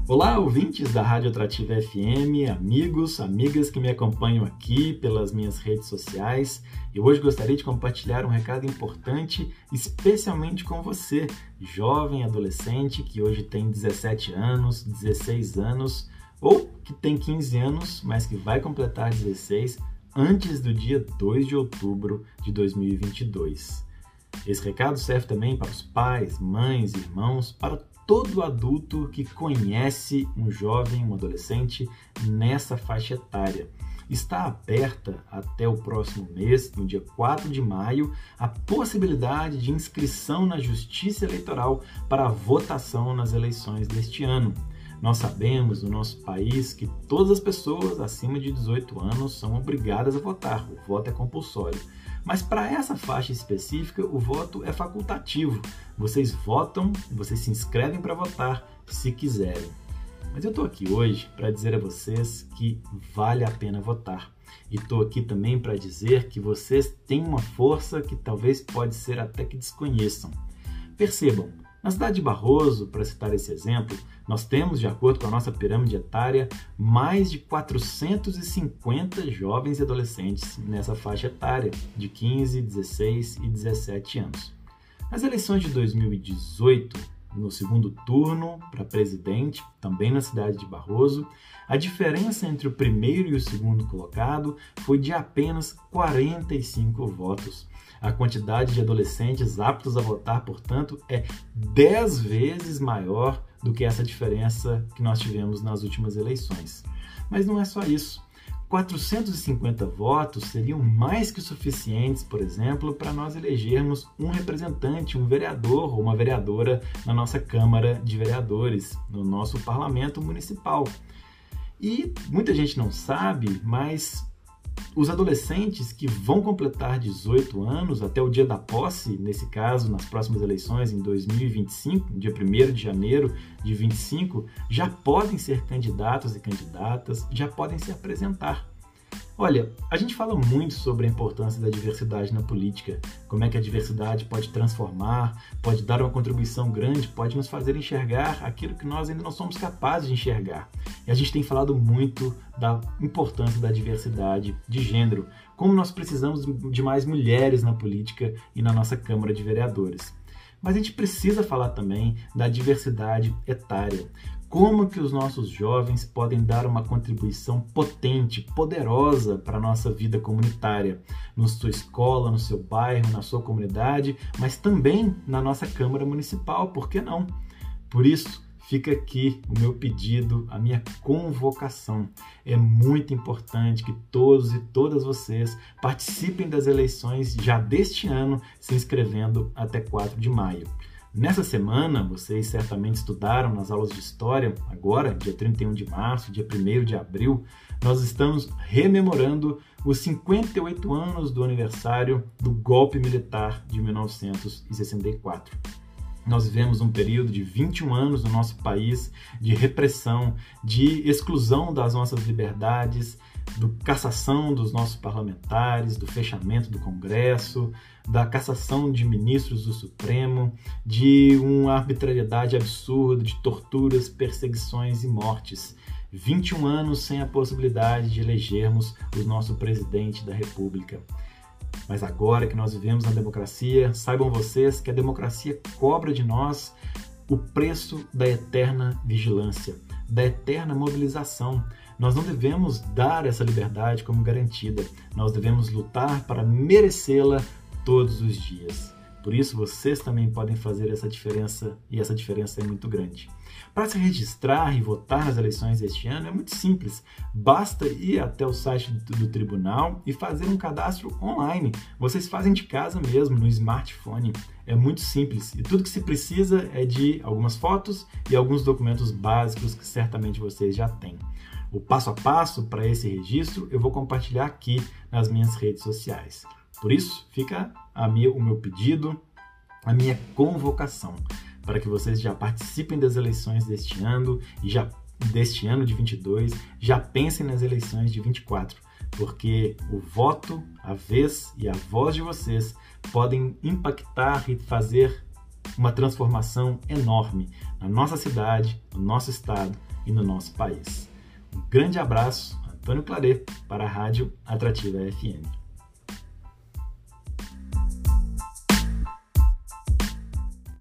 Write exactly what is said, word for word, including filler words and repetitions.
Olá, ouvintes da Rádio Atrativa F M, amigos, amigas que me acompanham aqui pelas minhas redes sociais. Eu hoje gostaria de compartilhar um recado importante, especialmente com você, jovem adolescente que hoje tem dezessete anos, dezesseis anos, ou que tem quinze anos, mas que vai completar dezesseis antes do dia dois de outubro de dois mil e vinte e dois. Esse recado serve também para os pais, mães, irmãos, para todo adulto que conhece um jovem, um adolescente nessa faixa etária. Está aberta até o próximo mês, no dia quatro de maio, a possibilidade de inscrição na Justiça Eleitoral para a votação nas eleições deste ano. Nós sabemos no nosso país que todas as pessoas acima de dezoito anos são obrigadas a votar, o voto é compulsório. Mas para essa faixa específica, o voto é facultativo. Vocês votam, vocês se inscrevem para votar se quiserem. Mas eu estou aqui hoje para dizer a vocês que vale a pena votar. E estou aqui também para dizer que vocês têm uma força que talvez pode ser até que desconheçam. Percebam, na cidade de Barroso, para citar esse exemplo, nós temos, de acordo com a nossa pirâmide etária, mais de quatrocentos e cinquenta jovens e adolescentes nessa faixa etária de quinze, dezesseis e dezessete anos. Nas eleições de dois mil e dezoito, no segundo turno para presidente, também na cidade de Barroso, a diferença entre o primeiro e o segundo colocado foi de apenas quarenta e cinco votos. A quantidade de adolescentes aptos a votar, portanto, é dez vezes maior do que essa diferença que nós tivemos nas últimas eleições. Mas não é só isso. quatrocentos e cinquenta votos seriam mais que suficientes, por exemplo, para nós elegermos um representante, um vereador ou uma vereadora na nossa Câmara de Vereadores, no nosso Parlamento Municipal. E muita gente não sabe, mas os adolescentes que vão completar dezoito anos até o dia da posse, nesse caso, nas próximas eleições, em dois mil e vinte e cinco, dia primeiro de janeiro de vinte e cinco, já podem ser candidatos e candidatas, já podem se apresentar. Olha, a gente fala muito sobre a importância da diversidade na política, como é que a diversidade pode transformar, pode dar uma contribuição grande, pode nos fazer enxergar aquilo que nós ainda não somos capazes de enxergar. E a gente tem falado muito da importância da diversidade de gênero, como nós precisamos de mais mulheres na política e na nossa Câmara de Vereadores. Mas a gente precisa falar também da diversidade etária. Como que os nossos jovens podem dar uma contribuição potente, poderosa para a nossa vida comunitária, na sua escola, no seu bairro, na sua comunidade, mas também na nossa Câmara Municipal, por que não? Por isso, fica aqui o meu pedido, a minha convocação. É muito importante que todos e todas vocês participem das eleições já deste ano, se inscrevendo até quatro de maio. Nessa semana, vocês certamente estudaram nas aulas de História, agora, dia trinta e um de março, dia primeiro de abril, nós estamos rememorando os cinquenta e oito anos do aniversário do golpe militar de mil novecentos e sessenta e quatro. Nós vivemos um período de vinte e um anos no nosso país de repressão, de exclusão das nossas liberdades, do cassação dos nossos parlamentares, do fechamento do Congresso, da cassação de ministros do Supremo, de uma arbitrariedade absurda, de torturas, perseguições e mortes. vinte e um anos sem a possibilidade de elegermos o nosso presidente da República. Mas agora que nós vivemos na democracia, saibam vocês que a democracia cobra de nós o preço da eterna vigilância, da eterna mobilização. Nós não devemos dar essa liberdade como garantida, nós devemos lutar para merecê-la todos os dias. Por isso, vocês também podem fazer essa diferença, e essa diferença é muito grande. Para se registrar e votar nas eleições deste ano é muito simples. Basta ir até o site do, do tribunal e fazer um cadastro online. Vocês fazem de casa mesmo, no smartphone. É muito simples. E tudo que se precisa é de algumas fotos e alguns documentos básicos que certamente vocês já têm. O passo a passo para esse registro eu vou compartilhar aqui nas minhas redes sociais. Por isso, fica a minha, o meu pedido, a minha convocação, para que vocês já participem das eleições deste ano e já deste ano de vinte e dois, já pensem nas eleições de vinte e quatro, porque o voto, a vez e a voz de vocês podem impactar e fazer uma transformação enorme na nossa cidade, no nosso estado e no nosso país. Um grande abraço, Antônio Claret, para a Rádio Atrativa F M.